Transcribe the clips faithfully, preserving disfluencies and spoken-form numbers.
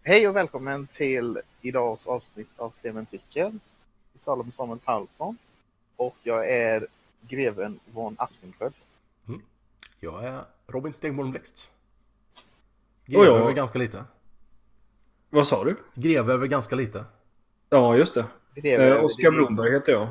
Hej och välkommen till idags avsnitt av Clemen tycker. Vi talar med Samuel Paulsson och jag är greven von Askenfeld. Mm. Jag är Robin Stegborn Blixt. Greve jag... över ganska lite. Vad sa du? Greve över ganska lite. Ja, just det. Eh, Oskar Blomberg heter jag.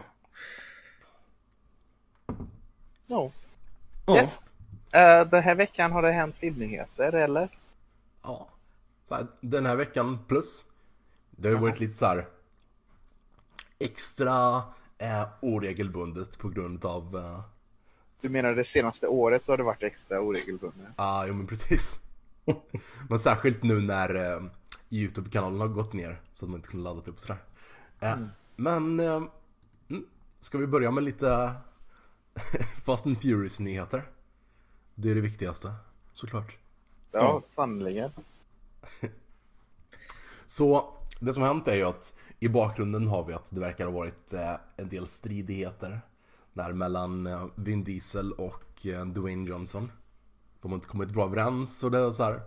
No. Ja. Yes. Uh, den här veckan har det hänt filmnyheter, eller? Ja. Den här veckan plus. Det har ju varit lite så här extra eh, oregelbundet på grund av... Eh... Du menar det senaste året så har det varit extra oregelbundet? Ja, ah, jo men precis. Men särskilt nu när eh, YouTube-kanalen har gått ner så att man inte kunde ladda upp sådär. Eh, mm. Men eh, ska vi börja med lite Fast and Furious-nyheter? Det är det viktigaste, såklart. Ja, mm. Sannoliken. Så det som har hänt är ju att i bakgrunden har vi att det verkar ha varit eh, en del stridigheter där mellan eh, Vin Diesel och eh, Dwayne Johnson. De har inte kommit bra överens och det är så här.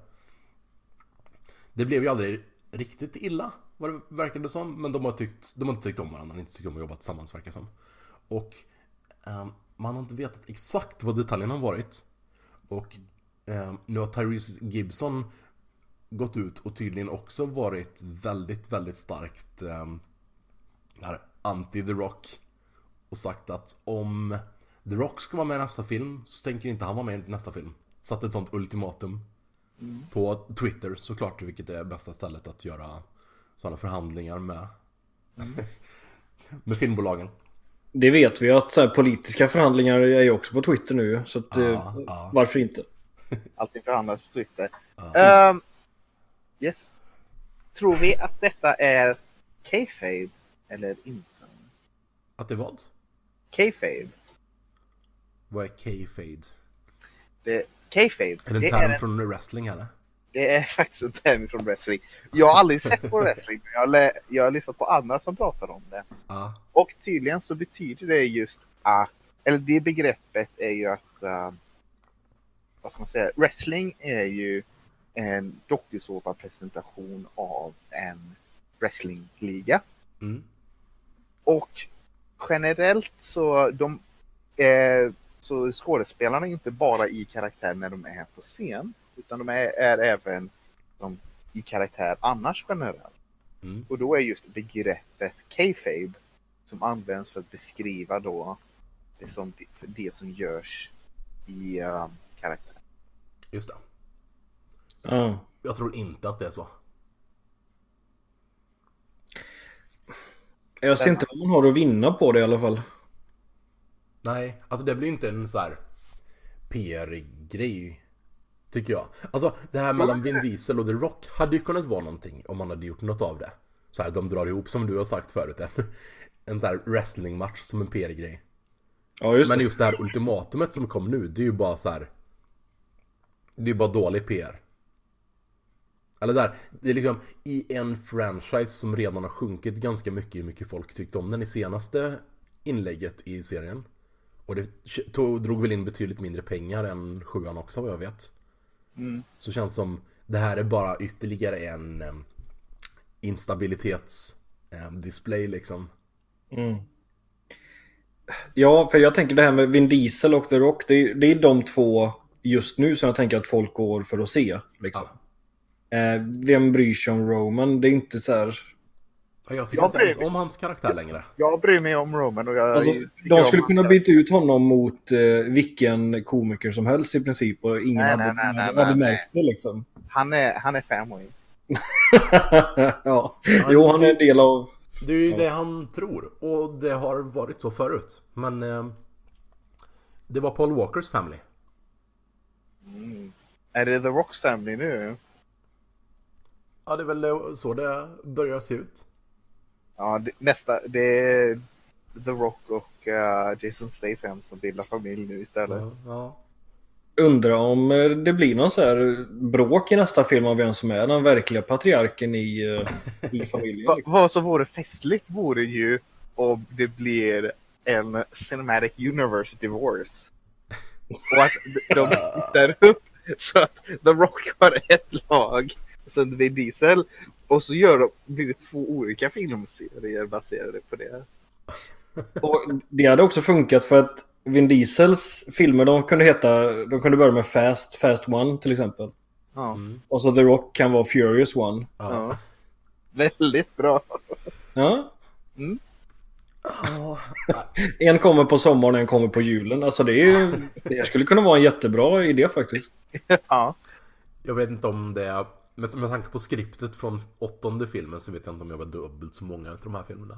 Det blev ju aldrig riktigt illa vad det verkade som, men de har tyckt de har inte tyckt om varandra, inte tyckt om att jobba tillsammans verkar som. Och eh, man har inte vetat exakt vad detaljerna har varit. Och eh, nu har Tyrese Gibson gått ut och tydligen också varit väldigt, väldigt starkt eh, här, anti-The Rock och sagt att om The Rock ska vara med i nästa film så tänker inte han vara med i nästa film. Satt ett sånt ultimatum mm. på Twitter såklart, vilket är bästa stället att göra sådana förhandlingar med mm. med filmbolagen. Det vet vi att så här, politiska förhandlingar är ju också på Twitter nu, så att, ah, eh, ah. varför inte? Allting förhandlas på Twitter. Ah. Um, yes. Tror vi att detta är kayfabe eller inte? Att det är vad? Kayfabe. Vad är kayfabe? Det, kayfabe. Är det en term det är från en, wrestling eller? Det är faktiskt en term från wrestling. Jag har aldrig sett på wrestling, men jag har, lä- jag har lyssnat på andra som pratar om det. Ah. Och tydligen så betyder det just att, eller det begreppet är ju att, uh, vad ska man säga, wrestling är ju en dokusåpa-presentation av en wrestlingliga. Mm. Och generellt så de eh, så skådespelarna är inte bara i karaktär när de är på scen, utan de är, är även de, i karaktär annars generellt. Mm. Och då är just begreppet kayfabe som används för att beskriva då det som, det som görs i uh, karaktär. Just det. Mm. Jag tror inte att det är så. Jag ser inte vad man har att vinna på det i alla fall. Nej, alltså det blir inte en så här P R-grej, tycker jag. Alltså det här mellan Vin Diesel och The Rock hade ju kunnat vara någonting om man hade gjort något av det. Så här, de drar ihop, som du har sagt förut, en, en där wrestlingmatch som en P R-grej. Ja, just Men det. just det här ultimatumet som kom nu, det är ju bara så här. Det är ju bara dålig P R. Eller där, det är liksom i en franchise som redan har sjunkit ganska mycket hur mycket folk tyckte om den i senaste inlägget i serien. Och det tog, drog väl in betydligt mindre pengar än sjuan också, vad jag vet. Mm. Så känns som det här är bara ytterligare en um, instabilitetsdisplay um, liksom. Mm. Ja, för jag tänker det här med Vin Diesel och The Rock, det är, det är de två just nu som jag tänker att folk går för att se liksom. Ja. Eh, vem bryr sig om Roman? Det är inte så här... Jag tycker jag inte ens om hans karaktär längre. Jag bryr mig om Roman och jag... Alltså, de skulle kunna byta ut honom mot eh, vilken komiker som helst i princip och ingen nej, hade, nej, nej, hade nej, märkt det liksom. Han är, han är family. Ja, jo han är en del av... Det är ju ja. det han tror. Och det har varit så förut. Men eh, det var Paul Walkers family. Mm. Är det The Rocks family nu? Ja, det är väl så det börjar se ut. Ja, det, nästa, det är The Rock och uh, Jason Statham som bildar familj nu istället. Ja, ja. Undrar om det blir någon så här bråk i nästa film av vem som är den verkliga patriarken i, i familjen. Va, vad som vore festligt vore ju om det blir en Cinematic Universe divorce. Och att de splittar upp så att The Rock har ett lag sen Vin Diesel. Och så gör de, blir det två olika filmserier baserade på det. Och det hade också funkat för att Vin Diesels filmer, de kunde heta, de kunde börja med Fast, Fast One till exempel. Ja. Mm. Och så The Rock kan vara Furious One. Ja. Ja. Väldigt bra. Ja. Mm. Ja. En kommer på sommaren, en kommer på julen. Alltså det är ju, det skulle kunna vara en jättebra idé faktiskt. Ja. Jag vet inte om det är... Med, med tanke på skriptet från åttonde filmen så vet jag inte om jag var dubbelt så många av de här filmerna.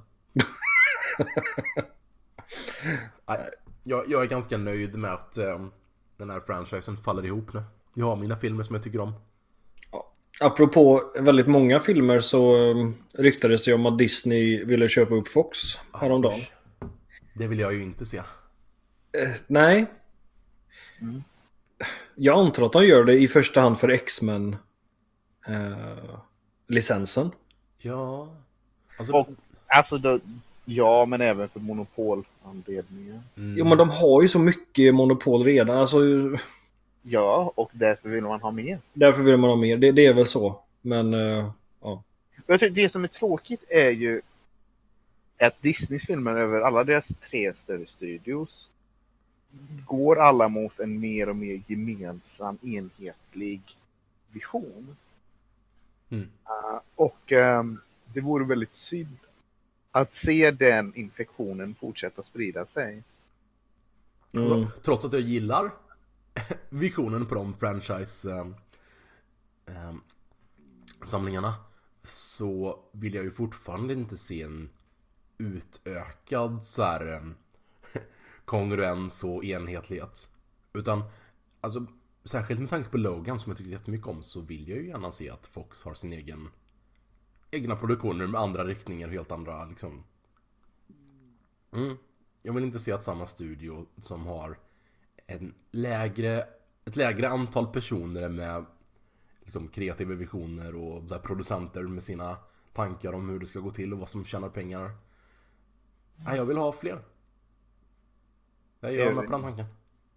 Nej, jag, jag är ganska nöjd med att um, den här franchisen faller ihop nu. Jag har mina filmer som jag tycker om. Apropå väldigt många filmer så um, ryktades det om att Disney ville köpa upp Fox häromdagen. Usch. Det vill jag ju inte se. Eh, nej. Mm. Jag antar att de gör det i första hand för X-Men eh, licensen. Ja. Alltså, Och alltså då, ja, men även för monopolanledningar. mm, Jo, men de har ju så mycket monopol redan. Alltså, Ja, och därför vill man ha mer. därför vill man ha mer. Det, det är väl så. Men eh, ja. Jag tycker det som är tråkigt är ju att Disneys filmer över alla deras tre större studios går alla mot en mer och mer gemensam, enhetlig vision. Mm. Uh, och um, det vore väldigt synd att se den infektionen fortsätta sprida sig. alltså, Mm. trots att jag gillar visionen på de franchise um, um, samlingarna så vill jag ju fortfarande inte se en utökad så här um, kongruens och enhetlighet. Utan, alltså, särskilt med tanke på Logan som jag tycker jättemycket om så vill jag ju gärna se att Fox har sin egen egna produktioner med andra riktningar, helt andra liksom. Mm. Jag vill inte se att samma studio som har en lägre, ett lägre antal personer med liksom kreativa visioner och där producenter med sina tankar om hur det ska gå till och vad som tjänar pengar. Nej, jag vill ha fler. Jag gör med på den tanken.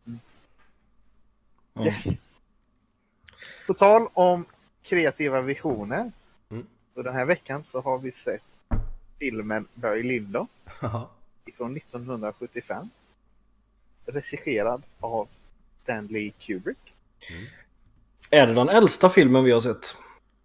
Ja. Yes. På tal om kreativa visioner. Mm. Så den här veckan så har vi sett filmen Barry Lyndon Haha. från nittonhundrasjuttiofem. Regisserad av Stanley Kubrick. Är det den äldsta filmen vi har sett?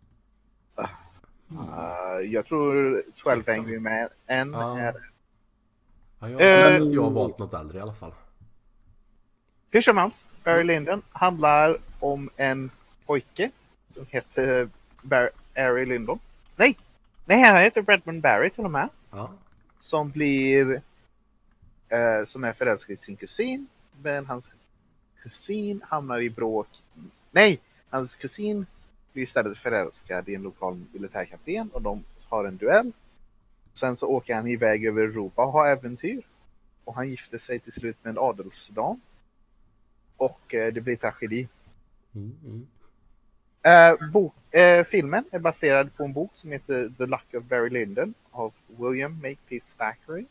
Uh, jag tror tolv Angry Men Ja. är... Ja, jag, Eh, jag har valt något äldre i alla fall. Hur som helst, Barry Lyndon handlar om en pojke som heter Barry Lyndon. Nej, nej, han heter Redmond Barry till och med. Ja. Som blir eh, som är förälskad i sin kusin, men hans kusin hamnar i bråk. Nej, hans kusin blir istället förälskad i en lokal militärkapten och de har en duell. Sen så åker han iväg över Europa och har äventyr. Och han gifter sig till slut med en adelsdam. Och eh, det blir tragedi. Mm, mm. Eh, bok, eh, filmen är baserad på en bok som heter The Luck of Barry Lyndon av William Makepeace Thackeray.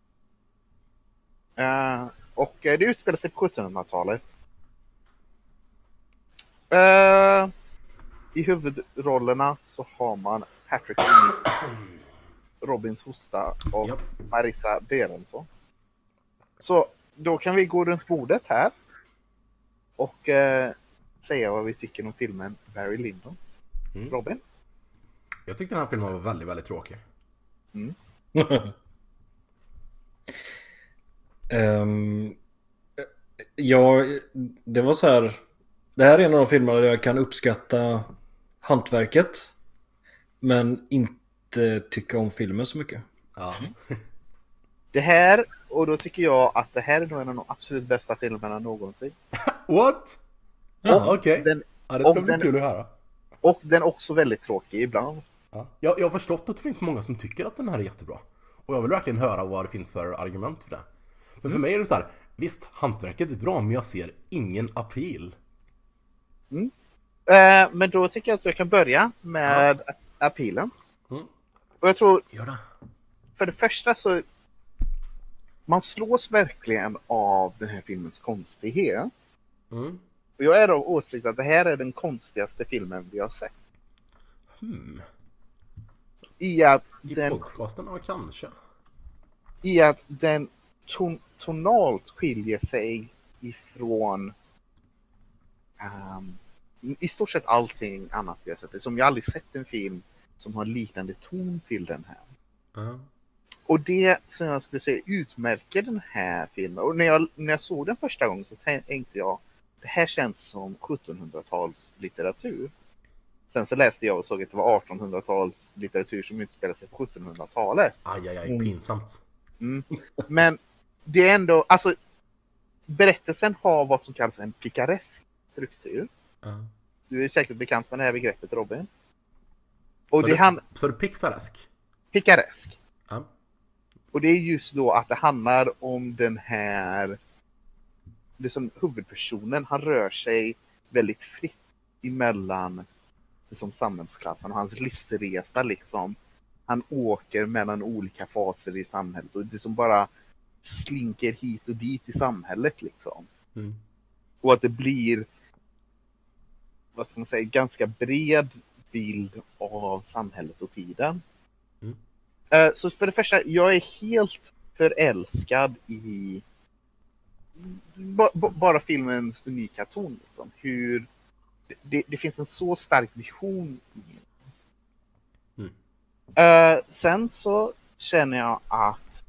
Eh, och eh, det utspelar sig på sjuttonhundratalet. Eh, I huvudrollerna så har man Patrick O'Neill, Robins hosta och Japp. Marissa Berenson. Så då kan vi gå runt bordet här och eh, säga vad vi tycker om filmen Barry Lyndon. Mm. Robin? Jag tyckte den här filmen var väldigt, väldigt tråkig. Mm. um, ja, det var så här. Det här är en av de filmerna där jag kan uppskatta hantverket men inte tycka om filmen så mycket. Ja. Det här, och då tycker jag att det här är nog en av de absolut bästa filmerna någonsin. What? Ja, okej. Den, Ja, det ska och bli den- kul att höra. och den är också väldigt tråkig ibland. Ja. Jag, jag har förstått att det finns många som tycker att den här är jättebra. Och jag vill verkligen höra vad det finns för argument för det. Men för mig är det så här, visst, hantverket är bra, men jag ser ingen appeal. Eh, men då tycker jag att jag kan börja med appealen. Mm. Och jag tror, Gör det. för det första så man slås verkligen av den här filmens konstighet. Mm. Och jag är av åsikt att det här är den konstigaste filmen vi har sett. Hmm. I att I den, podcasten, ja kanske. i att den ton, tonalt skiljer sig ifrån um, i stort sett allting annat vi har sett. Som jag aldrig sett en film som har liknande ton till den här. Uh-huh. Och det som jag skulle säga utmärker den här filmen. Och när jag, när jag såg den första gången så tänkte jag, det här känns som sjuttonhundratals litteratur. Sen så läste jag och såg att det var artonhundratals litteratur som utspelar sig på sjuttonhundratalet. Aj, aj, aj, pinsamt. Mm. Men det är ändå, alltså berättelsen har vad som kallas en pikaresk struktur. Uh-huh. Du är säkert bekant med det här begreppet, Robin. Och Så det det, han så det piktoresk? Pikaresk. Ja. Och det är just då att det handlar om den här, det som huvudpersonen, han rör sig väldigt fritt emellan det som samhällsklassen och hans livsresa liksom. Han åker mellan olika faser i samhället och det som bara slinker hit och dit i samhället liksom. Mm. Och att det blir, vad ska man säga, ganska bred bild av samhället och tiden. Mm. Uh, så för det första, jag är helt förälskad i b- b- bara filmens unika ton. Liksom. Hur det, det finns en så stark vision i den. Mm. Uh, sen så känner jag att,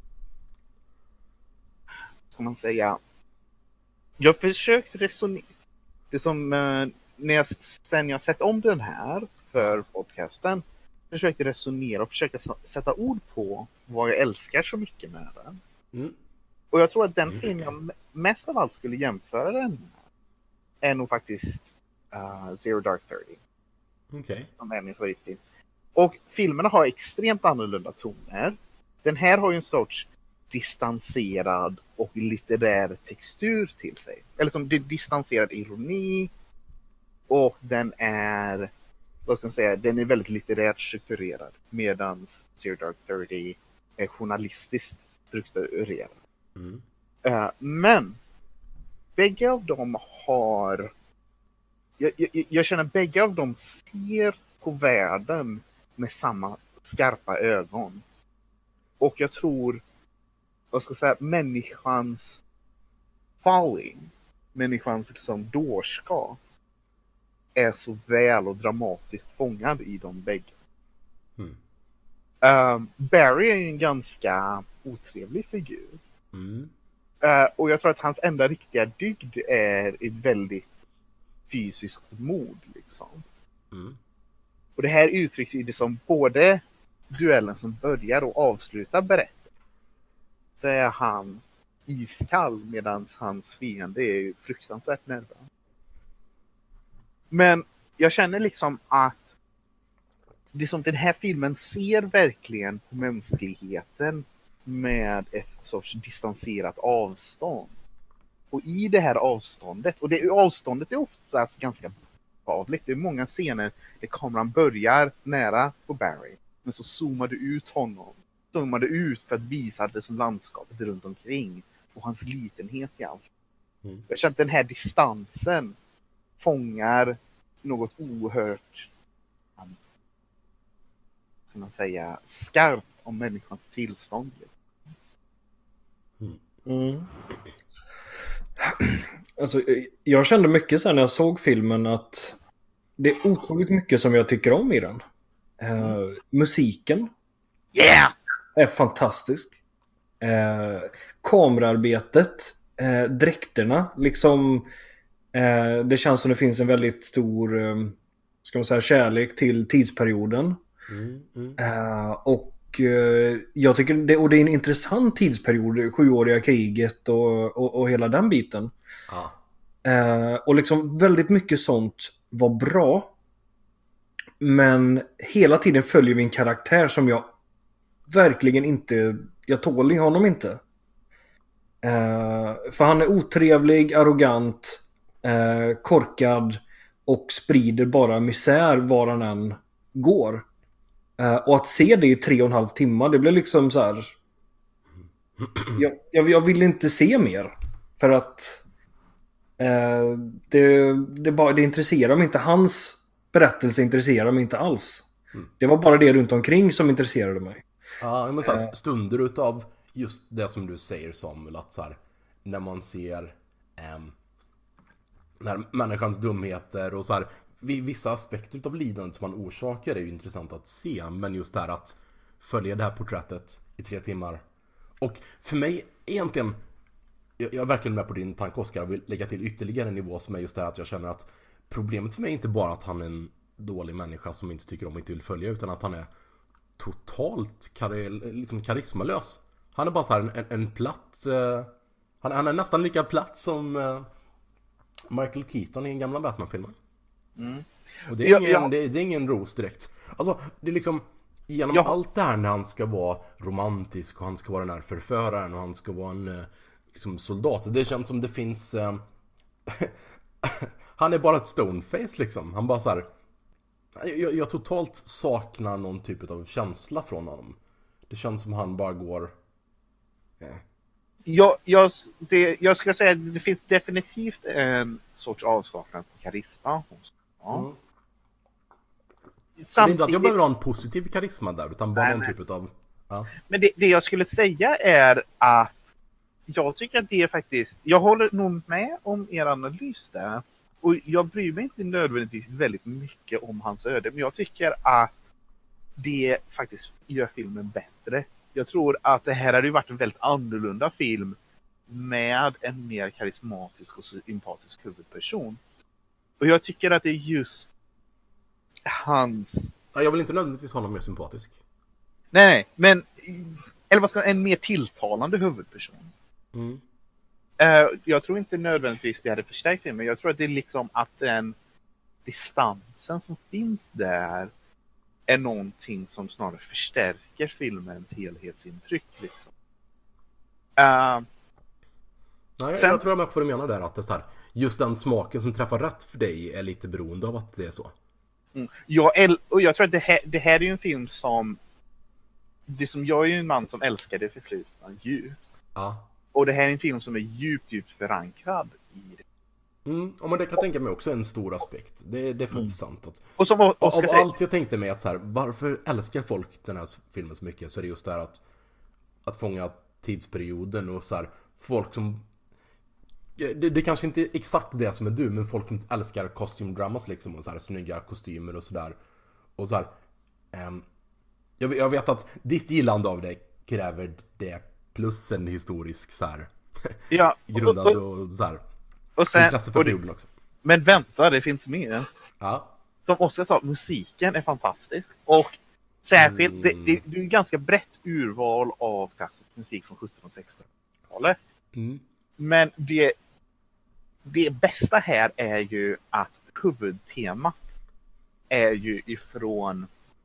ska man säga, jag har försökt resonera. Det som uh, när jag, sen jag sett om den här för podcasten, försökte resonera och försöka sätta ord på vad jag älskar så mycket med den. Mm. Och jag tror att den film jag mest av allt skulle jämföra den med är nog faktiskt uh, Zero Dark Thirty. Okej. Okay. Som är min favoritfilm. Och filmerna har extremt annorlunda toner. Den här har ju en sorts distanserad och litterär textur till sig. Eller som distanserad ironi. Och den är, vad ska man säga, den är väldigt litterärt strukturerad. Medan Zero Dark Thirty är journalistiskt strukturerad. Mm. Uh, men bägge av dem har, jag, jag, jag känner att bägge av dem ser på världen med samma skarpa ögon. Och jag tror, vad ska jag säga, människans falling, människans liksom dårskap är så väl och dramatiskt fångad i de bägge. Mm. Uh, Barry är ju en ganska otrevlig figur. Mm. Uh, och jag tror att hans enda riktiga dygd är ett väldigt fysiskt mod liksom. Mm. Och det här uttrycks i det som både duellen som börjar och avslutar berättelsen. Så är han iskall medan hans fiende är fruktansvärt nervös. Men jag känner liksom att det som den här filmen ser verkligen på mänskligheten med ett sorts distanserat avstånd. Och i det här avståndet, och det avståndet är oftast ganska påtagligt. Det är många scener där kameran börjar nära på Barry, men så zoomar du ut honom. Zoomar du ut för att visa det som landskapet runt omkring och hans litenhet i allt. Mm. Jag känner att den här distansen fångar något oerhört, kan man säga, skarpt om människans tillstånd. Mm. Mm. Alltså, jag kände mycket så här när jag såg filmen att det är otroligt mycket som jag tycker om i den. Uh, musiken Yeah! är fantastisk. Uh, kamerarbetet, uh, dräkterna, liksom uh, det känns som det finns en väldigt stor uh, ska man säga, kärlek till tidsperioden. Mm. Mm. Uh, och uh, jag tycker det, och det är en intressant tidsperiod, sjuåriga kriget och, och, och hela den biten. Ah. Uh, och liksom väldigt mycket sånt var bra. Men hela tiden följer vi en karaktär som jag verkligen inte, jag tål i honom inte. Uh, för han är otrevlig, arrogant, uh, korkad och sprider bara misär var han än går. Uh, och att se det i tre och en halv timme, det blir liksom så här. Jag, jag, jag vill inte se mer. För att uh, det, det, bara, det intresserar mig inte. Hans berättelse intresserar mig inte alls. Mm. Det var bara det runt omkring som intresserade mig. Ja, men så här, stunder utav just det som du säger, Samuel, att så här, när man ser ehm, när människans dumheter och så här, vissa aspekter utav lidandet som man orsakar är ju intressant att se, men just det här att följa det här porträttet i tre timmar. Och för mig egentligen, jag är verkligen med på din tanke, Oskar, jag vill lägga till ytterligare en nivå som är just det här att jag känner att problemet för mig är inte bara att han är en dålig människa som inte tycker om och inte vill följa, utan att han är totalt kar- liksom karismalös. Han är bara så här en, en, en platt uh, han, han är nästan lika platt som uh, Michael Keaton i den gamla Batman-filmen. Mm. Och det är, Ja, ingen, ja. Det, det är ingen ros direkt. Alltså, det är liksom genom Ja. allt det här när han ska vara romantisk och han ska vara den här förföraren och han ska vara en uh, liksom soldat. Det känns som det finns uh, han är bara ett stoneface liksom. Han bara så här. Jag, jag totalt saknar någon typ av känsla från honom. Det känns som han bara går eh. Jag, jag, det, jag ska säga att det finns definitivt en sorts avsaknad på karisma hos ja. Mm. Samtidigt, Det är inte att jag behöver ha en positiv karisma där, utan bara Nej, någon nej. typ av ja. Men det, det jag skulle säga är att jag tycker att det är faktiskt, jag håller nog med om er analys där. Och jag bryr mig inte nödvändigtvis väldigt mycket om hans öde, men jag tycker att det faktiskt gör filmen bättre. Jag tror att det här hade ju varit en väldigt annorlunda film med en mer karismatisk och sympatisk huvudperson. Och jag tycker att det är just hans... Ja, jag vill inte nödvändigtvis ha honom mer sympatisk. Nej, nej, men eller vad ska en mer tilltalande huvudperson. Mm. Uh, jag tror inte nödvändigtvis det hade förstärkt filmen. Jag tror att det är liksom att den distansen som finns där är någonting som snarare förstärker filmens helhetsintryck liksom. Uh, Nej, Sen- jag tror jag med på vad du menar där, att det är så här, just den smaken som träffar rätt för dig är lite beroende av att det är så. mm, jag, äl- och jag tror att det här, det här är ju en film som det som jag är ju en man som älskar det förflutna djupt. Ja. Och det här är en film som är djupt, djupt förankrad i det. Mm, och men det kan jag tänka mig också är en stor aspekt. Det, det är faktiskt sant. Att, Och som av Oscar av säger, allt jag tänkte mig att så här, varför älskar folk den här filmen så mycket, så är det just det här att, att fånga tidsperioden och så här, folk som det, det kanske inte är exakt det som är du, men folk som älskar costume dramas liksom, och så här snygga kostymer och sådär. Och så här, ehm, jag, jag vet att ditt gillande av det kräver det plus en historisk så här ja, grundad och, och, och så här och sen, intresse för och det, perioden också. men vänta, det finns mer. Ja. Som Oscar sa, musiken är fantastisk. Och särskilt, Mm. det, det, det är ju ganska brett urval av klassisk musik från sjutton- och sextonhundratalet. Mm. Men det, det bästa här är ju att huvudtemat är ju ifrån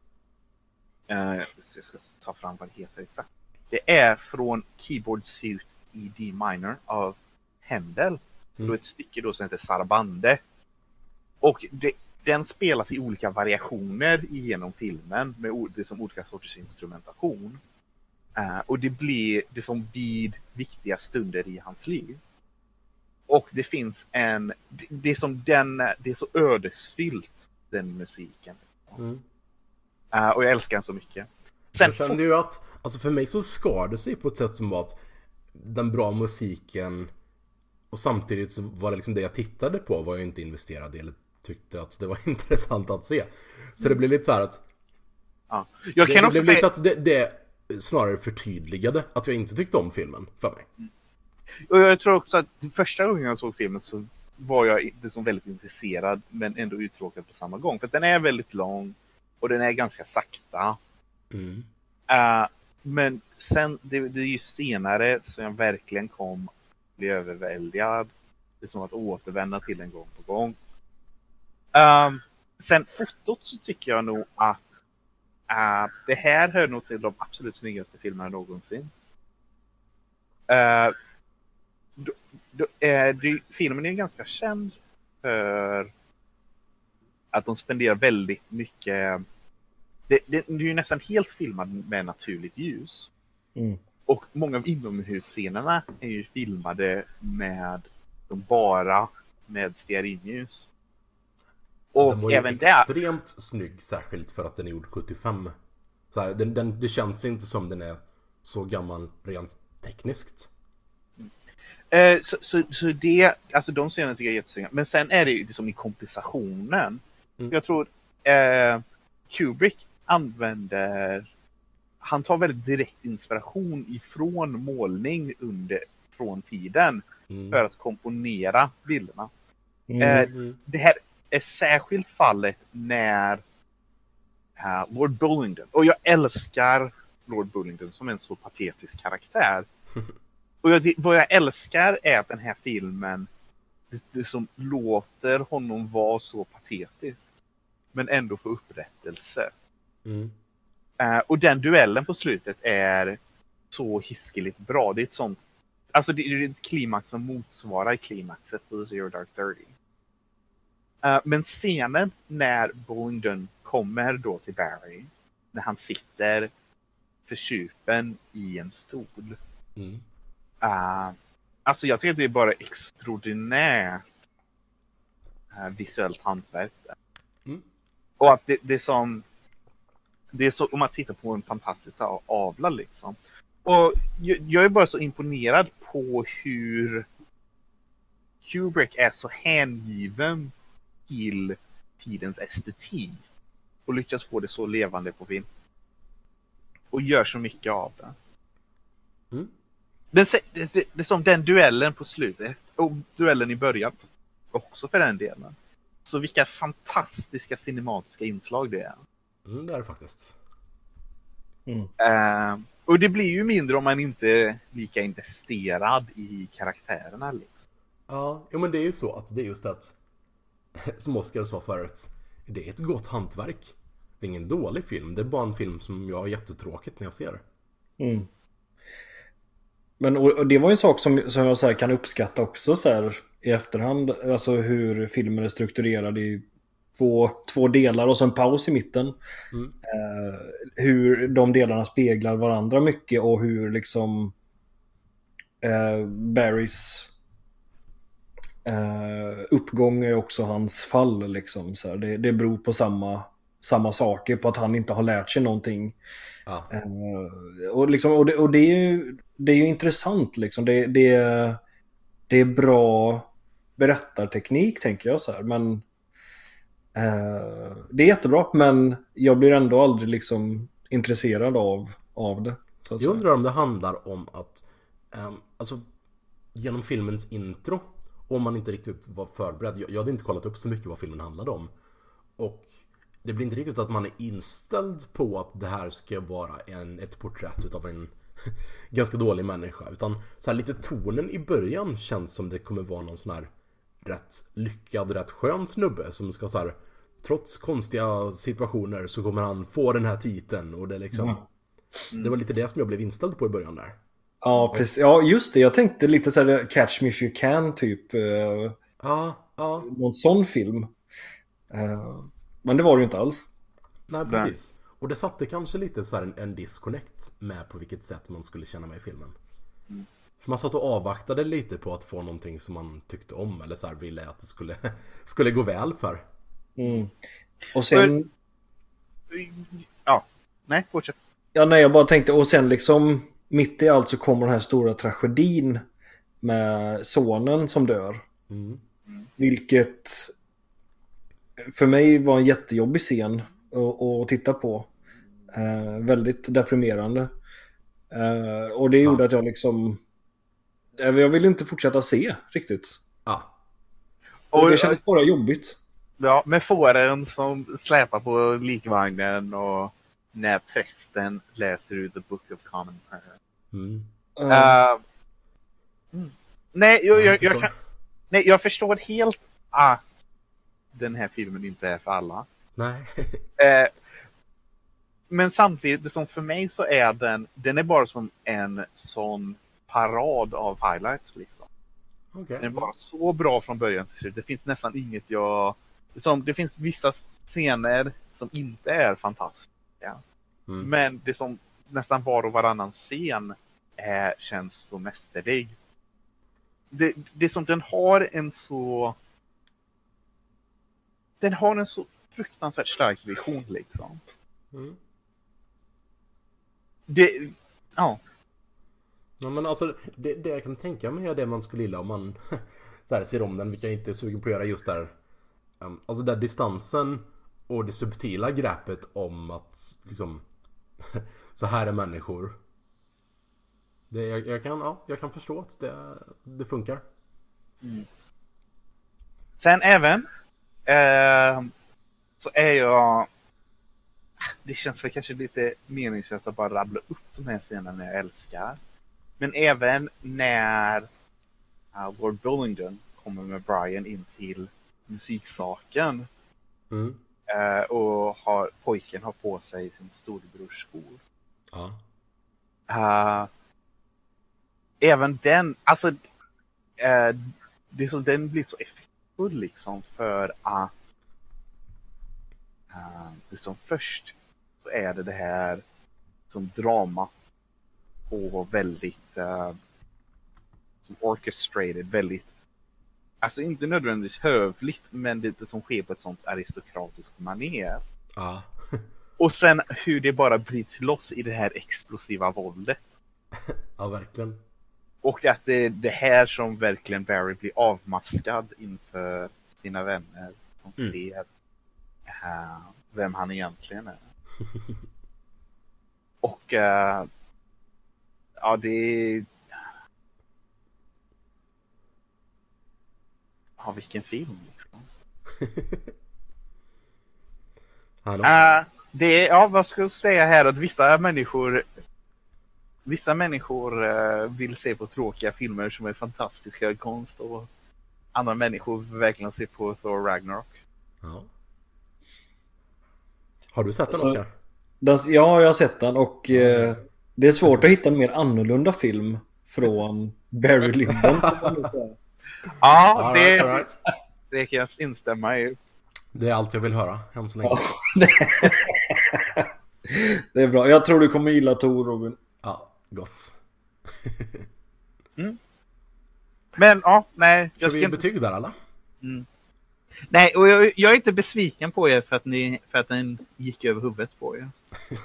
eh, jag ska ta fram vad det heter exakt. Det är från Keyboard Suite i D minor av Händel. Mm. Då ett stycke då som heter Sarabande. Och det, den spelas i olika variationer genom filmen med o- det som olika sorters instrumentation. Uh, och det blir det som vid viktiga stunder i hans liv. Och det finns en, det, det är som den, det är så ödesfyllt, den musiken. Mm. Uh, och jag älskar den så mycket. Sen, Jag kände ju att, alltså för mig så skar det sig på ett sätt som var att den bra musiken, och samtidigt så var det liksom det jag tittade på var jag inte investerad i eller tyckte att det var intressant att se. Så det blev lite så här att ja. Jag det, kan det också blev lite säga, att det, det snarare förtydligade att jag inte tyckte om filmen för mig. och jag tror också att första gången jag såg filmen så var jag inte så väldigt intresserad men ändå uttråkad på samma gång. För att den är väldigt lång och den är ganska sakta. Mm. Uh, men sen, det, det är ju senare som jag verkligen kom att bli överväldigad. Det är som att återvända till en gång på gång. Um, sen fotot så tycker jag nog att uh, det här hör nog till de absolut snyggaste filmerna någonsin. Uh, då, då, uh, det, filmen är ganska känd för att de spenderar väldigt mycket. Det, det, det är ju nästan helt filmad med naturligt ljus. Mm. Och många av inomhusscenerna är ju filmade med de bara med stearinljus. Och den var ju även där... extremt snygg, särskilt för att den är gjord sjuttiofem. Så här, den, den, det känns inte som den är så gammal rent tekniskt. Eh, så, så, så det, alltså de scenerna tycker jag är jättesnygga. Men sen är det ju liksom i kompositionen. Mm. Jag tror eh, Kubrick använder, han tar väldigt direkt inspiration ifrån målning under, från tiden Mm. för att komponera bilderna. Mm. Eh, Mm. det här är särskilt fallet när uh, Lord Bullingdon, och jag älskar Lord Bullingdon som en så patetisk karaktär. Och jag, vad jag älskar är att den här filmen, det, det som låter honom vara så patetisk, men ändå få upprättelse. Mm. Uh, och den duellen på slutet är så hiskeligt bra. Det är ett sånt, alltså det är ett klimax som motsvarar klimaxet på Zero Dark Thirty. Uh, men scenen när Bullingdon kommer då till Barry, när han sitter försupen i en stol. Mm. Uh, alltså jag tycker att det är bara extraordinärt uh, visuellt hantverk. Mm. Och att det, det är som, det är så, om man tittar på en fantastisk avla liksom. Och jag, jag är bara så imponerad på hur Kubrick är så hängiven till tidens estetik och lyckas få det så levande på film. Och gör så mycket av det. Mm. Men se, det, det, det är som den duellen på slutet, och duellen i början också för den delen. Så vilka fantastiska cinematiska inslag det är. Mm, det är det faktiskt. Mm. Uh, och det blir ju mindre om man inte är lika investerad i karaktärerna. Liksom. Ja, jo, men det är ju så att det är just att, som Oscar sa förut, det är ett gott hantverk. Det är ingen dålig film, det är bara en film som jag har jättetråkigt när jag ser. Mm. Men och, och det var ju en sak som, som jag så här, kan uppskatta också så här, i efterhand. Alltså hur filmen är strukturerad i två, två delar och så en paus i mitten. Mm. Eh, hur de delarna speglar varandra mycket och hur liksom eh, Barrys eh, uppgång är också hans fall. Liksom, så här. Det, det beror på samma, samma saker, på att han inte har lärt sig någonting. Ja. Eh, och, liksom, och, det, och det är ju det är ju intressant liksom. Det, det, det är bra berättarteknik, tänker jag så här. Men eh, det är jättebra, men jag blir ändå aldrig liksom intresserad av, av det. Så att Jag säga. undrar om det handlar om att um, alltså genom filmens intro, om man inte riktigt var förberedd. Jag, jag hade inte kollat upp så mycket vad filmen handlade om. Och det blir inte riktigt att man är inställd på att det här ska vara en, ett porträtt utav en ganska dålig människa. Utan så här, lite tonen i början känns som det kommer vara någon sån här rätt lyckad, rätt skön snubbe som ska så här, trots konstiga situationer så kommer han få den här titeln. Och det liksom Mm. det var lite det som jag blev inställd på i början där. Ja, precis. Ja, just det. Jag tänkte lite så här Catch Me If You Can typ. Eh, Ja, ja. någon sån film. Eh, men det var det ju inte alls. Nej, precis. Och det satte kanske lite så här en, en disconnect med på vilket sätt man skulle känna med i filmen. Mm. För man satt och avvaktade lite på att få någonting som man tyckte om, eller så här ville att det skulle, skulle gå väl för. Mm. Och sen... Ja, nej, fortsätt. Ja, nej, jag bara tänkte, och sen liksom mitt i allt så kommer den här stora tragedin med sonen som dör. Mm. Vilket för mig var en jättejobbig scen att, att titta på. Eh, väldigt deprimerande. Eh, och det gjorde Ja. att jag liksom... eh, Jag ville inte fortsätta se riktigt. Ja. Och Och, det kändes bara jobbigt. ja, med fåren som släpar på likvagnen och när prästen läser ur The Book of Common Prayer. Mm. Eh, Uh, mm. Nej, jag, Ja, jag, jag jag, förstår. kan, nej, jag förstår helt att den här filmen inte är för alla. Nej. Eh, men samtidigt, det som för mig så är den, den är bara som en sån parad av highlights liksom. Okej. Den är bara så bra från början till slut. Det finns nästan inget jag... Som, det finns vissa scener som inte är fantastiska. Mm. Men det som nästan var och varannan scen är, känns så mästerlig. Det, det som den har en så... den har en så fruktansvärt stark vision liksom. Mm. Det, ja. Ja, men alltså, det, det jag kan tänka mig är det man skulle gilla om man så här, ser om den, vilket jag inte är sugen på att göra just där. Um, alltså där distansen och det subtila greppet om att liksom så här är människor. Det, jag, jag, kan, ja, jag kan förstå att det, det funkar. Mm. Sen även eh, så är jag, det känns väl kanske lite meningslöst att bara rabbla upp de här scenerna jag älskar. Men även när uh, Lord Bullingdon kommer med Brian in till musiksaken. Mm. Uh, och har, pojken har på sig sin storebrors skor. Ja. Uh, även den, alltså uh, det som den blir så effektfull liksom för att uh, det som först så är det det här som drama på väldigt uh, som orchestrated, väldigt, alltså inte nödvändigtvis hövligt, men det som sker på ett sånt aristokratiskt manér. Ja. Och sen hur det bara bryts loss i det här explosiva våldet. Ja, verkligen. Och att det är det här som verkligen Barry blir avmaskad inför sina vänner som Mm. ser uh, vem han egentligen är. Och uh, ja, det är... Ja, vilken film liksom. Uh, det är, ja, vad ska jag säga här, att vissa människor vissa människor uh, vill se på tråkiga filmer som är fantastiska konst, och andra människor vill verkligen se på Thor Ragnarok. Ja. Har du sett den, Så- Oskar? Den, ja, jag har sett den och eh, det är svårt att hitta en mer annorlunda film från Barry Lyndon. Ja, All det, right, all right. det kan jag instämma i. Det är allt jag vill höra än så länge. Ja, det, det är bra. Jag tror du kommer gilla Thor, Robin. Ja, gott. Men ja, nej, Ska jag ska vi inte... betyg där, alla? Nej, och jag, jag är inte besviken på er för att ni för att den gick över huvudet på er.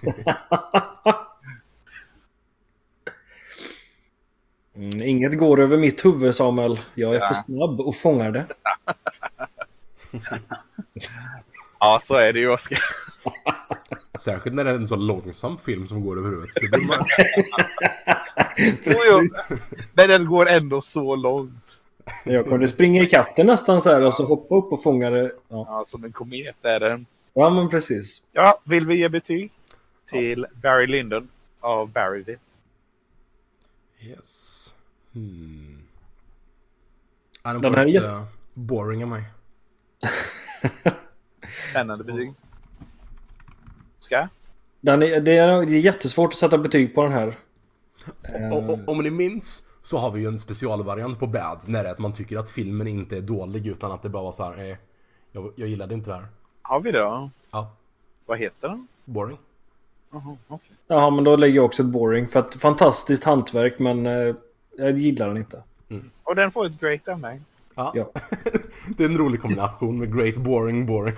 Mm, inget går över mitt huvud, Samuel. Jag är Ja. för snabb och fångar det. Ja, så är det ju, Oskar. Särskilt när det är en så långsam film som går över huvudet. Det blir man... Jo, jo. Men den går ändå så långt. Jag kunde springa i kapten nästan så här och så hoppa upp och fånga det. Ja, Ja, som en komet är den. ja men precis. Ja, vill vi ge betyg till Barry Lyndon av Barryville? Yes. Hmm. Ja, den Den får här är ett jätte- uh, boring av mig. Spännande betyg. Ska? Den är, det, är, det är jättesvårt att sätta betyg på den här. Eh, Och, och, om ni minns så har vi ju en specialvariant på Bad. När det är att man tycker att filmen inte är dålig, utan att det bara var så här. Eh, jag, jag gillade inte det här. Har vi då? Ja, Vad heter den? boring. Jaha, okej. Jaha, men då lägger jag också ett boring. För att fantastiskt hantverk, men eh, jag gillar den inte. Och den får ett great av mig. Ja. Ja. Det är en rolig kombination med great, boring, boring.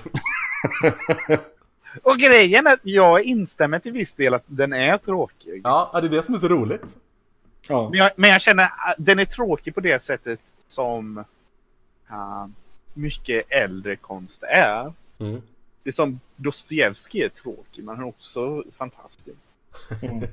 Och grejen är att jag instämmer till viss del att den är tråkig. Ja, det är det som är så roligt. Ja. Men jag, men jag känner att den är tråkig på det sättet som uh, mycket äldre konst är. Mm. Det är som Dostojevskij är tråkig, men han är också fantastisk. Mm.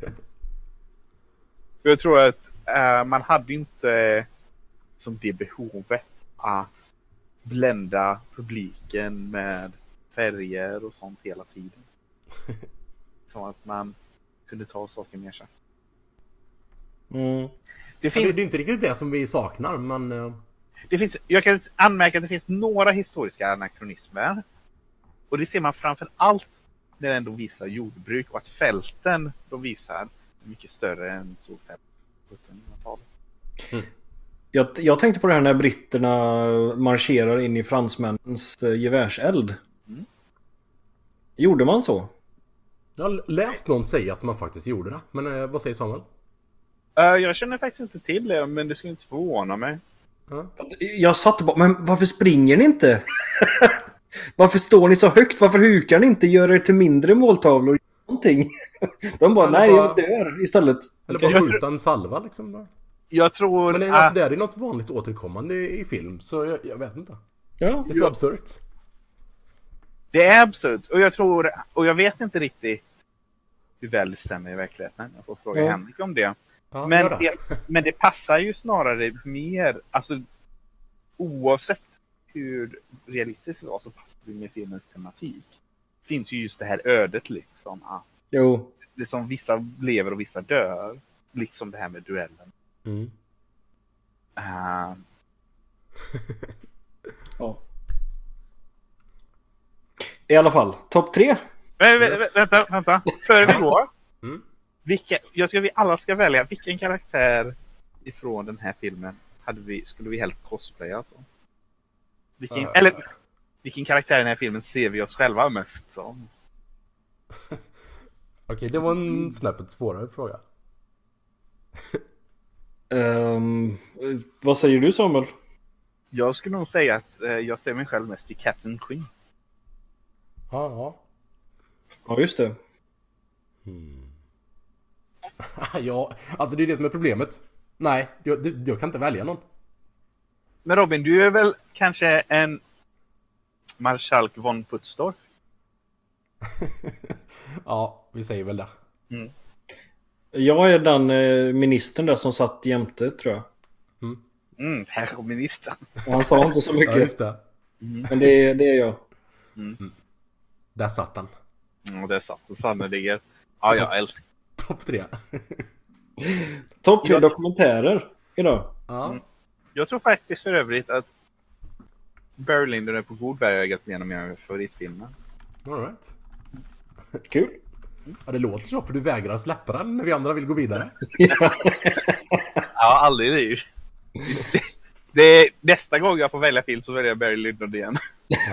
Jag tror att uh, man hade inte som det behovet att blända publiken med färger och sånt hela tiden. Så att man kunde ta saker mer så. Mm. Det Det, finns, det är inte riktigt det som vi saknar, men... eh, det finns, jag kan anmärka att det finns några historiska anakronismer. Och det ser man framför allt när den ändå visar jordbruk, och att fälten de visar är mycket större än så fält på sjuttonhundratalet. Jag, jag tänkte på det här när britterna marscherar in i fransmännens eh, gevärseld. Mm. Gjorde man så? Jag har läst någon säga att man faktiskt gjorde det. Men eh, vad säger Samuel? Uh, jag känner faktiskt inte till det, men det skulle inte förvåna mig. Ja. Jag satt bara, men varför springer ni inte? Varför står ni så högt? Varför hukar ni inte? Gör er till mindre måltavlor? Någonting. De bara, Eller nej, bara- jag dör istället. Eller Okej. bara skjuta en salva liksom. Då. Jag tror Men det, att... alltså, det är något vanligt återkommande i film, så jag, jag vet inte. Ja. Det är så absurt. Det är absurt. Och jag tror, och jag vet inte riktigt hur väl det stämmer i verkligheten. Jag får fråga Ja. Henrik om det. Ja, Men gör det. det, men det passar ju snarare mer, alltså oavsett hur realistiskt det var så passar det med filmens tematik. Det finns ju just det här ödet liksom, att Jo. det som vissa lever och vissa dör. Liksom det här med duellen. Mm. Uh, Ja. I alla fall, topp tre. vä- vä- Yes. Vänta, vänta. Före vi går. Mm. Vilka, jag ska vi alla ska välja vilken karaktär ifrån den här filmen hade vi, skulle vi helst cosplaya alltså? Vilken, Uh. eller vilken karaktär i den här filmen ser vi oss själva mest som? Okej, det var en snäppet svårare fråga. Ehm, vad säger du, Samuel? Jag skulle nog säga att eh, jag ser mig själv mest i Captain Queen. Ja, ja. Ja, just det. Ja, alltså det är det som är problemet. Nej, jag, det, jag kan inte välja någon. Men Robin, du är väl kanske en Marskalk von Putzdorf? Ja, vi säger väl det. Jag är den eh, ministern där som satt jämte, tror jag. Mm, herrministern. Och han sa inte så Ja, mycket. just det. Men det är, det är jag. Där satt han. Mm, det är sant, det sannerligen. Ja, jag älskar. Topp tre. Topp tre Ja. dokumentärer idag. Ja. Jag tror faktiskt för övrigt att Barry Lyndon är på god väg att bli en av mina favoritfilmer. All right. Kul. Ja, det låter så, för du vägrar släppa den när vi andra vill gå vidare. Ja, aldrig det är ju. Det, det är, nästa gång jag får välja film så väljer jag Barry Lyndon igen. Ja.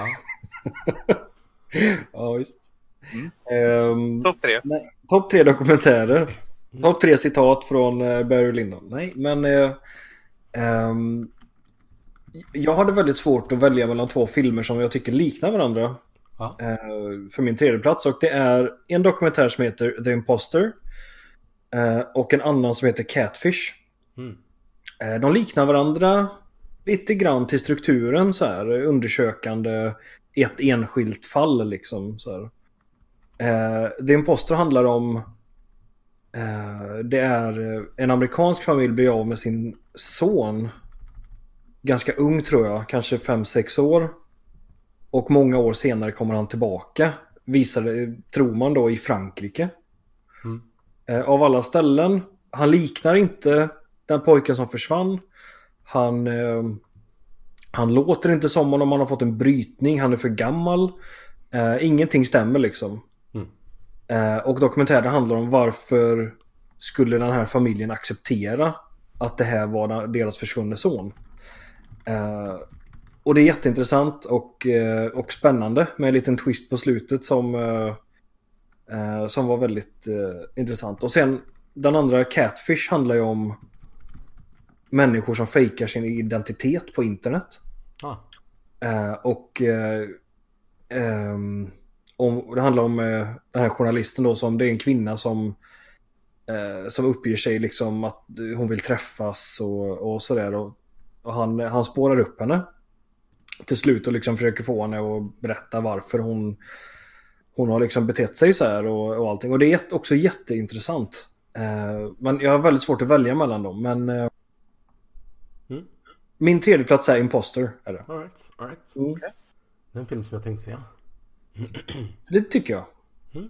Ja, visst. Mm. Ehm, Topp tre. nej, topp tre dokumentärer. Topp tre citat från eh, Barry Lyndon. Nej, men eh, ehm, jag hade väldigt svårt att välja mellan två filmer som jag tycker liknar varandra. Ja. eh, för min tredje plats, och det är en dokumentär som heter The Imposter eh, och en annan som heter Catfish. Mm. Eh, de liknar varandra lite grann till strukturen, så här undersökande ett enskilt fall liksom, så här. Eh, The Imposter handlar om eh, det är en amerikansk familj blir av med sin son ganska ung, tror jag, kanske fem sex år, och många år senare kommer han tillbaka, visar det, tror man då, i Frankrike. Mm. eh, av alla ställen. Han liknar inte den pojken som försvann. Han eh, han låter inte som honom, han har fått en brytning, han är för gammal. Eh, ingenting stämmer liksom. Mm. Eh, och dokumentären handlar om varför skulle den här familjen acceptera att det här var deras försvunne son. Eh, och det är jätteintressant och, eh, och spännande med en liten twist på slutet som, eh, eh, som var väldigt eh, intressant. Och sen den andra, Catfish, handlar ju om människor som fejkar sin identitet på internet. Ah. Eh, och eh, ehm, om, det handlar om eh, den här journalisten då, som det är en kvinna som eh, som uppger sig liksom att hon vill träffas och, och sådär, och, och han, han spårar upp henne till slut och liksom försöker få henne att berätta varför hon hon har liksom betett sig så här och, och allting, och det är också jätteintressant. Eh, men jag har väldigt svårt att välja mellan dem, men eh, Mm. min tredje plats är Imposter, är det. All right. All right. Mm. Det är en film som jag tänkte se. Det tycker jag. Mm.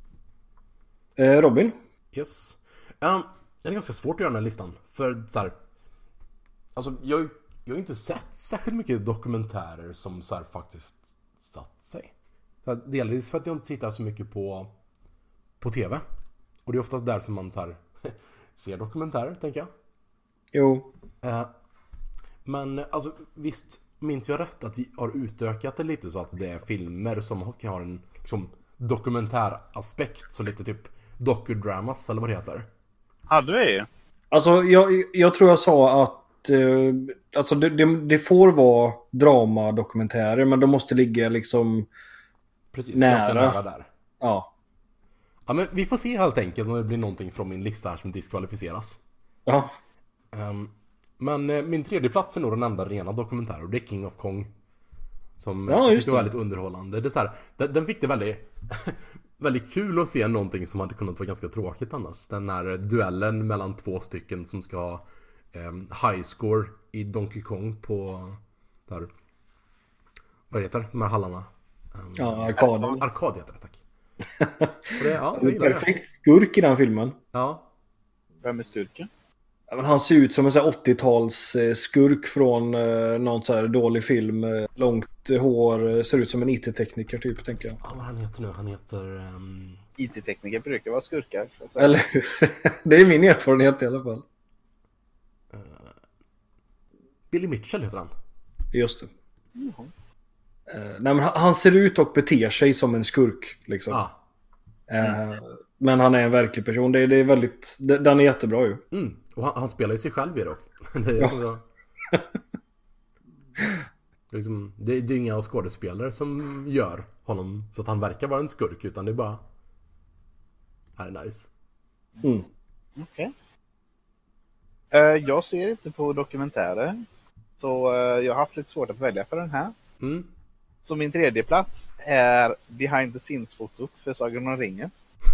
Eh, Robin? Yes. Um, det är ganska svårt att göra den här listan. För så här, alltså jag, jag har inte sett särskilt mycket dokumentärer som så här faktiskt satt sig. Så här, delvis för att jag inte tittar så mycket på på tv. Och det är oftast där som man så här ser dokumentärer, tänker jag. Jo. Uh, men alltså visst minns jag rätt att vi har utökat det lite så att det är filmer som har en liksom, dokumentäraspekt, så lite typ docudramas eller vad det heter. Hade vi? Alltså jag, jag tror jag sa att eh, alltså det, det, det får vara dramadokumentärer, men de måste ligga liksom Precis, nära. ganska nära där. Ja. Ja, men vi får se helt enkelt om det blir någonting från min lista här som diskvalificeras. Ja. Um, men eh, min tredje plats är nog den enda rena dokumentären, och det är King of Kong. Som Ja, jag just tyckte var det. väldigt underhållande. Det är så här, den, den fick det väldigt, väldigt kul att se någonting som hade kunnat vara ganska tråkigt annars. Den här duellen mellan två stycken som ska ha um, high score i Donkey Kong på där, vad heter det? De här hallarna. Um, Ja, arkaden. Arkad heter det, tack. Och det, ja, Det det är gillar jag. perfekt skurk i den filmen. Ja. Vem är styrken? Ja, men han ser ut som en sån här åttio-tals eh, skurk från eh, någon så här dålig film. Eh, långt hår, eh, ser ut som en I T-tekniker typ, tänker jag. Ja, vad han heter nu? Han heter... Um... I T-tekniker brukar vara skurkar. så att säga. Eller det är min erfarenhet i alla fall. Uh... Billy Mitchell heter han. Just det. Jaha. Eh, nej, men han, han ser ut och beter sig som en skurk liksom. Ja. Eh, men han är en verklig person. Det, det är väldigt, det, den är jättebra ju. Mm. Och han, han spelar ju sig själv i det också. Det är, Ja. så bra. liksom, det, det är inga skådespelare som gör honom så att han verkar vara en skurk, utan det är bara... Det här är nice. Mm. Okej. Eh, jag ser inte på dokumentärer. Så eh, jag har haft lite svårt att välja för den här. Mm. Så min tredje plats är behind the scenes-fotot för Sagan om ringen.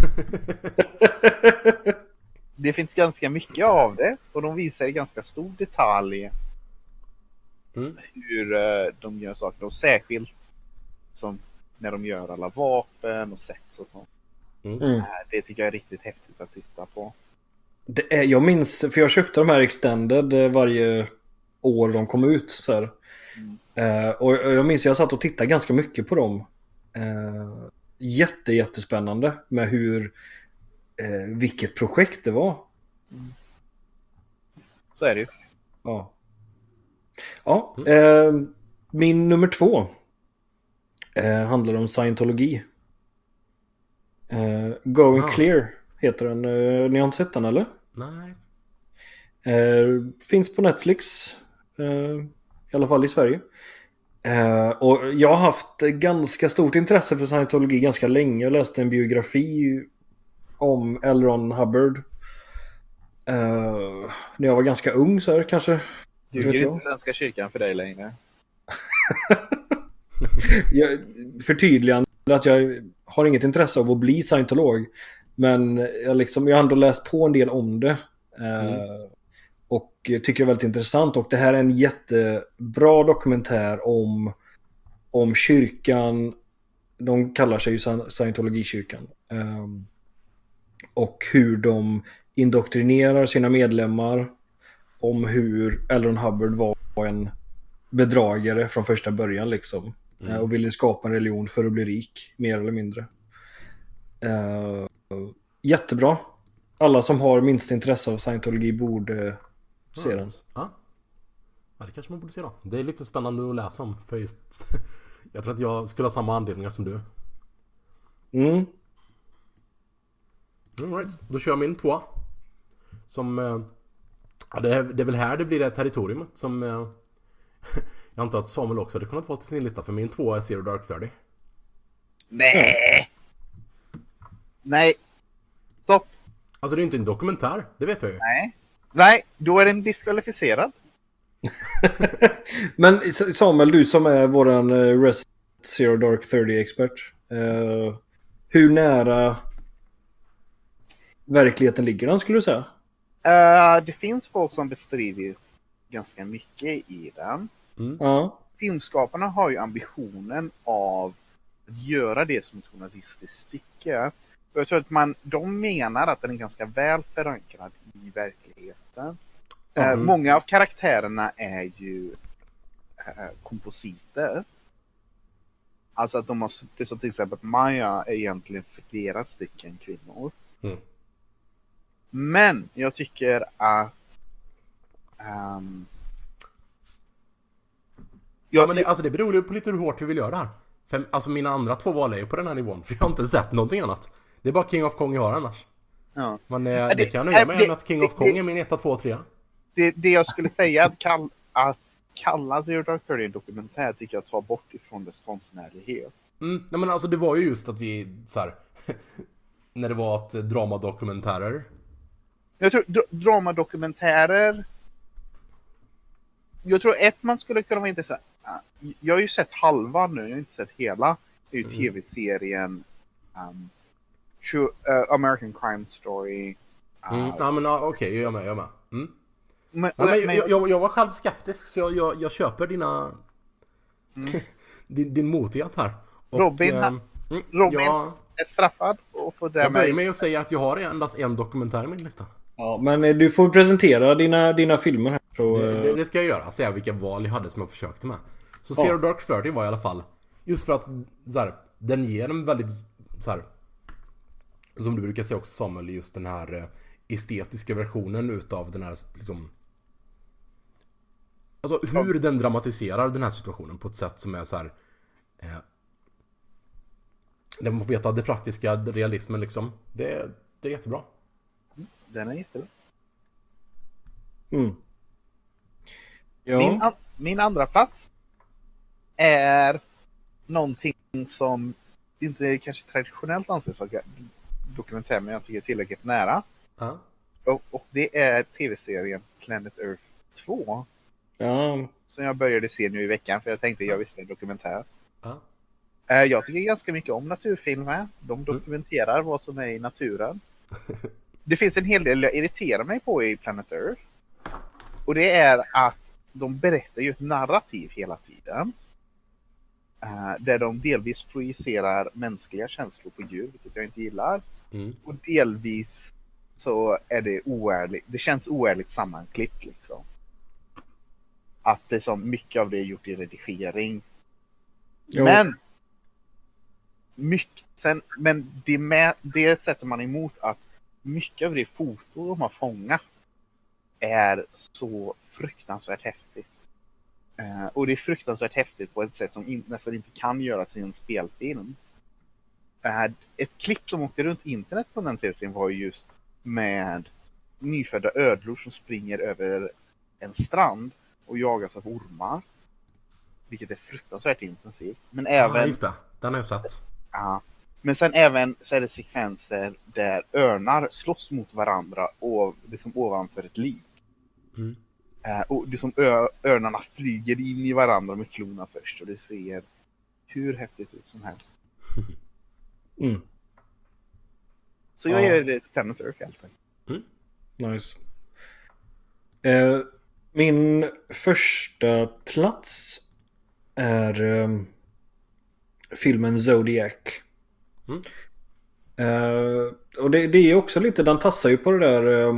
Det finns ganska mycket av det. Och de visar i ganska stor detalj Mm. hur eh, de gör saker. Och särskilt som när de gör alla vapen och sex och sånt. Mm. Mm. Eh, Det tycker jag är riktigt häftigt att titta på. Det är, jag minns, för jag köpte de här extended eh, varje år de kom ut så här. Mm. Eh, och och jag minns jag satt och tittade ganska mycket på dem. Eh, jätte, jättespännande med hur eh, vilket projekt det var. Så är det ju. Ja. Ja, eh, min nummer två eh, handlar om scientologi. Eh, Going Ah. Clear heter den. Eh, ni har inte sett den eller? Nej. Eh, finns på Netflix. Eh, I alla fall i Sverige. Eh, och jag har haft ganska stort intresse för scientologi ganska länge. Jag läste en biografi om L. Ron Hubbard. Eh, när jag var ganska ung så här kanske. Duger vet jag. inte Svenska kyrkan för dig längre? Jag, förtydligande att jag har inget intresse av att bli scientolog. Men jag, liksom, jag har ändå läst på en del om det. Eh, Mm. Och tycker det är väldigt intressant. Och det här är en jättebra dokumentär om, om kyrkan. De kallar sig ju Scientologikyrkan. Eh, och hur de indoktrinerar sina medlemmar. Om hur L. Ron Hubbard var en bedragare från första början liksom. Mm. Eh, och ville skapa en religion för att bli rik, mer eller mindre. Uh, jättebra. Alla som har minst intresse av scientologi borde se Ja. den. Ja. Ja, det kanske man borde se då. Det är lite spännande att läsa om, för just... jag tror att jag skulle ha samma anledningar som du. Mm. All right. Då kör jag min två. Som... eh, Ja, det, är, det är väl här det blir det territorium som... eh, jag antar att Samuel också hade kunnat vara till sin lista, för min två är Zero Dark Thirty. Nej! Nej. Stopp. Alltså det är inte en dokumentär, det vet jag ju. Nej. Nej, då är den diskvalificerad. Men Samuel, du som är våran uh, Resident Zero Dark thirty-expert. Uh, hur nära verkligheten ligger den, skulle du säga? Uh, det finns folk som bestridit ganska mycket i den. Mm. Ja. Filmskaparna har ju ambitionen av att göra det som ett journalistiskt stycke. Och jag tror att man, de menar att den är ganska väl förankrad i verkligheten. Eh, Mm. många av karaktärerna är ju eh, kompositer. Alltså att de har, det är som till exempel att Maya är egentligen flera stycken kvinnor. Mm. Men jag tycker att ehm, Ja, jag, men det, alltså det beror ju på lite hur hårt vi vill göra det här. För, alltså mina andra två val är ju på den här nivån, för jag har inte sett någonting annat. Det är bara King of Kong jag har annars. ja. Men eh, det- det kan jag nöja mig det- med att King of det- Kong är min ett, två, tre. det, det jag skulle säga att, kall, att kalla Zero Dark Thirty en dokumentär tycker jag tar bort ifrån dess konstnärlighet. Mm, nej men alltså det var ju just att vi så här när det var att dramadokumentärer. Jag tror dr- dramadokumentärer. Jag tror ett man skulle kunna vara intresserad. Jag har ju sett halva nu, jag har inte sett hela. Det är ju Mm. tv-serien um, True, uh, American Crime Story. Uh, Mm, ja men ja, okej, jag är med, jag är med. Mm. men, Ja, men men, jag, jag, jag var själv skeptisk så jag, jag, jag köper dina Mm. din, din motighet här. Och, Robin, ehm, mm, Robin jag, är straffad och får jag därmed... börjar med att säga att jag har endast en dokumentär i min lista. Ja, men eh, du får presentera dina, dina filmer här. Så, Det, det, eh, det ska jag göra, säga vilka val jag hade som jag försökte med. Så Ja. Zero Dark Thirty var i alla fall, just för att så här, den ger en väldigt, så här, som du brukar säga också Samuel, just den här eh, estetiska versionen utav den här liksom, alltså hur den dramatiserar den här situationen på ett sätt som är så här, eh, där man får veta det praktiska, realismen liksom. Det, det är jättebra. Den är jättebra. mm. Ja. Min, an- min andra plats är någonting som inte kanske traditionellt anses vara dokumentär, men jag tycker är tillräckligt nära. Ja. Och, och det är tv-serien Planet Earth två. Ja. Som jag började se nu i veckan, för jag tänkte jag visste en dokumentär. Ja. Eh, Jag tycker ganska mycket om naturfilmer. De dokumenterar vad som är i naturen. Det finns en hel del jag irriterar mig på i Planet Earth. Och det är att de berättar ju ett narrativ hela tiden. eh, Där de delvis projicerar mänskliga känslor på djur, vilket jag inte gillar. Mm. Och delvis så är det oärligt. Det känns oärligt sammanklippt liksom. Att det är som mycket av det är gjort i redigering. Jo. Men mycket, sen, men det, med, det sätter man emot att mycket av det foto de har fångat är så fruktansvärt häftigt. Eh, och det är fruktansvärt häftigt på ett sätt som in, nästan inte kan göras i en spelfilm. Eh, ett klipp som åkte runt internet på den tv-serien var just med nyfödda ödlor som springer över en strand och jagas av ormar. Vilket är fruktansvärt intensivt. Men även... Ja, just det. Den har jag sett. Ja. Men sen även så är det sekvenser där örnar slåss mot varandra och liksom ovanför ett lik. Mm. Eh, och det som ö- örnarna flyger in i varandra med klorna först och det ser hur häftigt ut som helst. Mm. Så jag Ja. ger det till Planet Earth helt enkelt. Nice. Eh, min första plats är eh, filmen Zodiac. Mm. Eh, och det, det är också lite, den tassar ju på det där eh,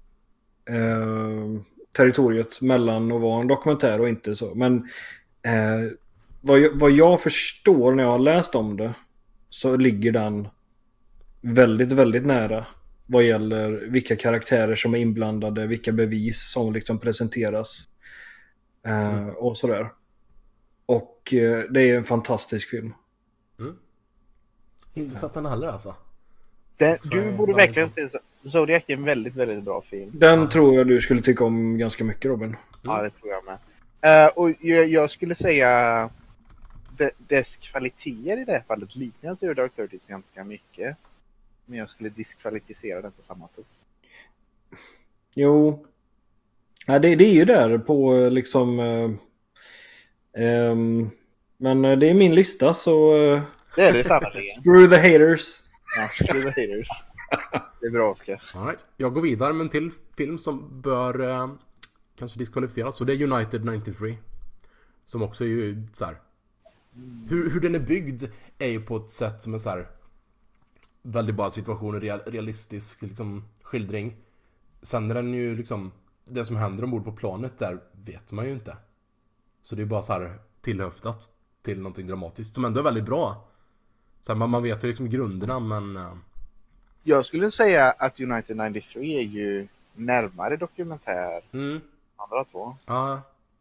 eh, territoriet mellan att vara en dokumentär och inte så. Men eh, vad, jag, vad jag förstår när jag har läst om det så ligger den väldigt, väldigt nära vad gäller vilka karaktärer som är inblandade, vilka bevis som liksom presenteras eh, Mm. och sådär. Och eh, det är en fantastisk film. Mm. Inte sett den heller alltså. Det, Så du är borde det verkligen liksom. se Zodiac är en väldigt, väldigt bra film. Den Ja. tror jag du skulle tycka om ganska mycket, Robin. Ja, det tror jag med. Eh, och jag, jag skulle säga de, dess kvaliteter i det här fallet liknar Zero Dark Thirty ganska mycket. Men jag skulle diskvalificera den på samma sätt. Jo. Ja, det, det är ju där på eh, liksom eh, ehm, men eh, det är min lista så eh, Det är det sannerligen. screw the haters. Ja, screw the haters. Det är bra, Oskar. All right. Jag går vidare med en till film som bör eh, kanske diskvalificeras. Så det är United nittiotre. Som också är ju så här. Hur, hur den är byggd är ju på ett sätt som är så här väldigt bara situationer, real, realistisk liksom, skildring. Sen är den ju liksom det som händer ombord på planet där vet man ju inte. Så det är bara så här tillhöftat till någonting dramatiskt som ändå är väldigt bra. Så här, man, man vet ju liksom grunderna men eh, Jag skulle säga att United nittiotre är ju närmare dokumentär mm, än andra två. ja.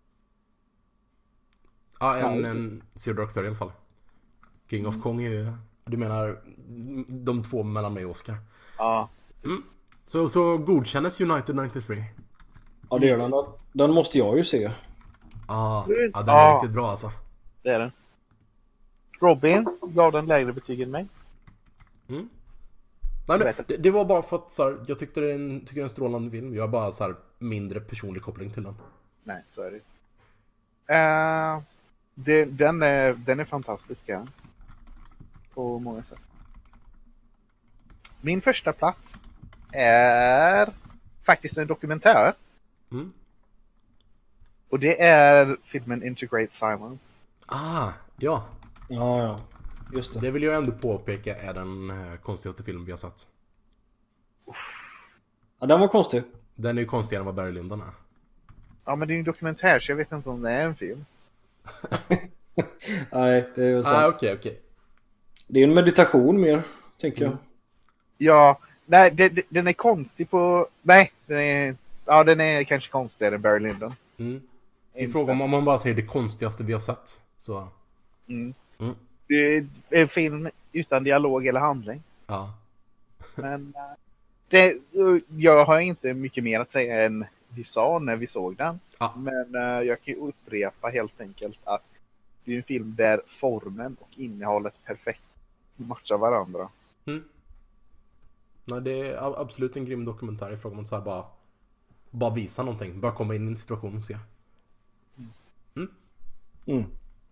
Ja, en, Ja, en Zero Dark Thirty i alla fall. King of Kong är ju... Du menar de två mellan mig och Oscar. Ja. Så, så godkännes United nittiotre. Ja, det gör den. Den måste jag ju se. Ah, ja, den är Ja. riktigt bra alltså. Det är den. Robin gav den lägre betyg än mig. Mm. Nej, Jag nej, vet det, det var bara för att så här, jag tyckte det är en, tycker det är en strålande film. Jag har bara så här, mindre personlig koppling till den. Nej, så är det. Uh, det den, är, den är fantastisk. Ja. På många sätt. Min första plats är faktiskt en dokumentär. Mm. Och det är filmen Into Great Silence. Ah, ja. Ja, ja. Just det. Det vill jag ändå påpeka är den eh, konstigaste filmen vi har sett. Ja, den var konstig. Den är ju konstigare än vad Barry Lyndon är. Ja, men det är ju en dokumentär så jag vet inte om det är en film. Nej, det är ju sant. Ah, okej, okej. Det är en meditation mer, tänker jag. Ja, nej, det, det, den är konstig på... Nej, den är... Ja, den är kanske konstigare än Barry Lyndon. Mm. I fråga om om man bara säger det konstigaste vi har sett. Så, Mm. Mm. Det är en film utan dialog eller handling. ja. Men eh, det, jag har inte mycket mer att säga än vi sa när vi såg den. Ja. Men eh, jag kan ju upprepa helt enkelt att det är en film där formen och innehållet perfekt matchar varandra. Mm. Nej, det är a- absolut en grym dokumentär i fråga om att så här bara, bara visa någonting. Bara komma in i en situation och se. Mm.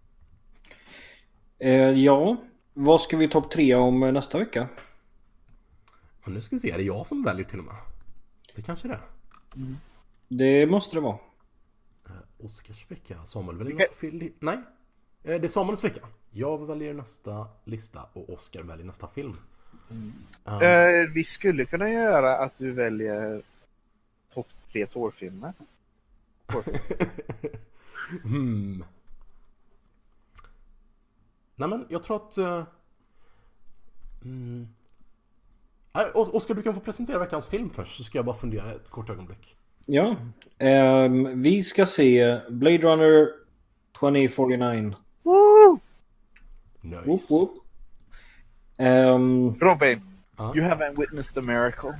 Eh, ja, vad ska vi topp tre om eh, nästa vecka? Och nu ska vi se, är det jag som väljer till och med? Det kanske det är. Det måste det vara. Eh, Oscars vecka. Samuel väljer Vilka- nästa film. Nej, eh, det är Samuels vecka. Jag väljer nästa lista och Oscar väljer nästa film. Ah. Eh, vi skulle kunna göra att du väljer topp tre tårfilmer. Tårfilmer. hmm. Nej, men jag tror att... Uh... Mm. Nej, Os- Oscar, du kan få presentera veckans film först. Så ska jag bara fundera ett kort ögonblick. Ja, ehm, vi ska se Blade Runner tjugo fyrtionio. Woo! Nice. Whoop, whoop. Ehm, Robin, Ja. you haven't witnessed a miracle.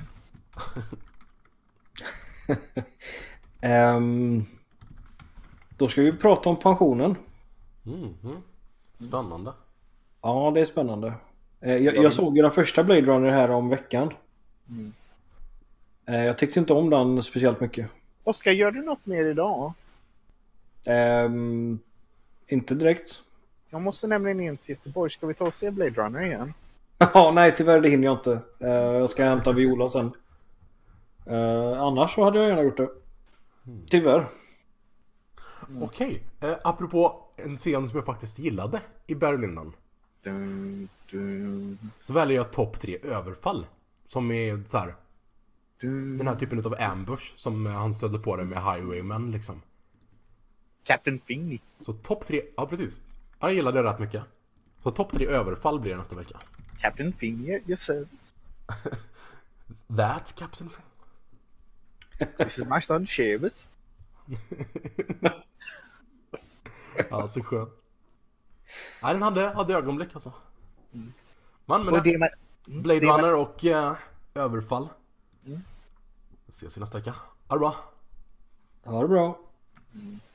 ehm, då ska vi prata om pensionen. Mm, mm. Spännande. Ja, det är spännande. Eh, jag, jag såg ju den första Blade Runner här om veckan. Mm. Eh, jag tyckte inte om den speciellt mycket. Oskar, gör du något mer idag? Ehm, inte direkt. Jag måste nämligen in till Göteborg. Ska vi ta och se Blade Runner igen? Ja, nej, tyvärr det hinner jag inte. Eh, jag ska hämta Viola sen. Eh, annars så hade jag gärna gjort det. Tyvärr. Okej, eh, apropå en scen som jag faktiskt gillade i Barry Lyndon. Dun, dun, Så väljer jag topp tre överfall. Som är så här, dun. den här typen av ambush som eh, han stödde på det med Highwaymen liksom. Captain Finny. Så topp tre, ja precis. Jag gillade det rätt mycket. Så topp tre överfall blir det nästa vecka. Captain Finny, your service. That Captain Phil. This is my son, Seamus. Ja, så skön. Nej, den hade, hade ögonblick alltså. Man, men Och det med, mm, Blade det med- Runner och eh, överfall. Mm. Ses i nästa vecka. Ha det bra. Ha det bra. Mm.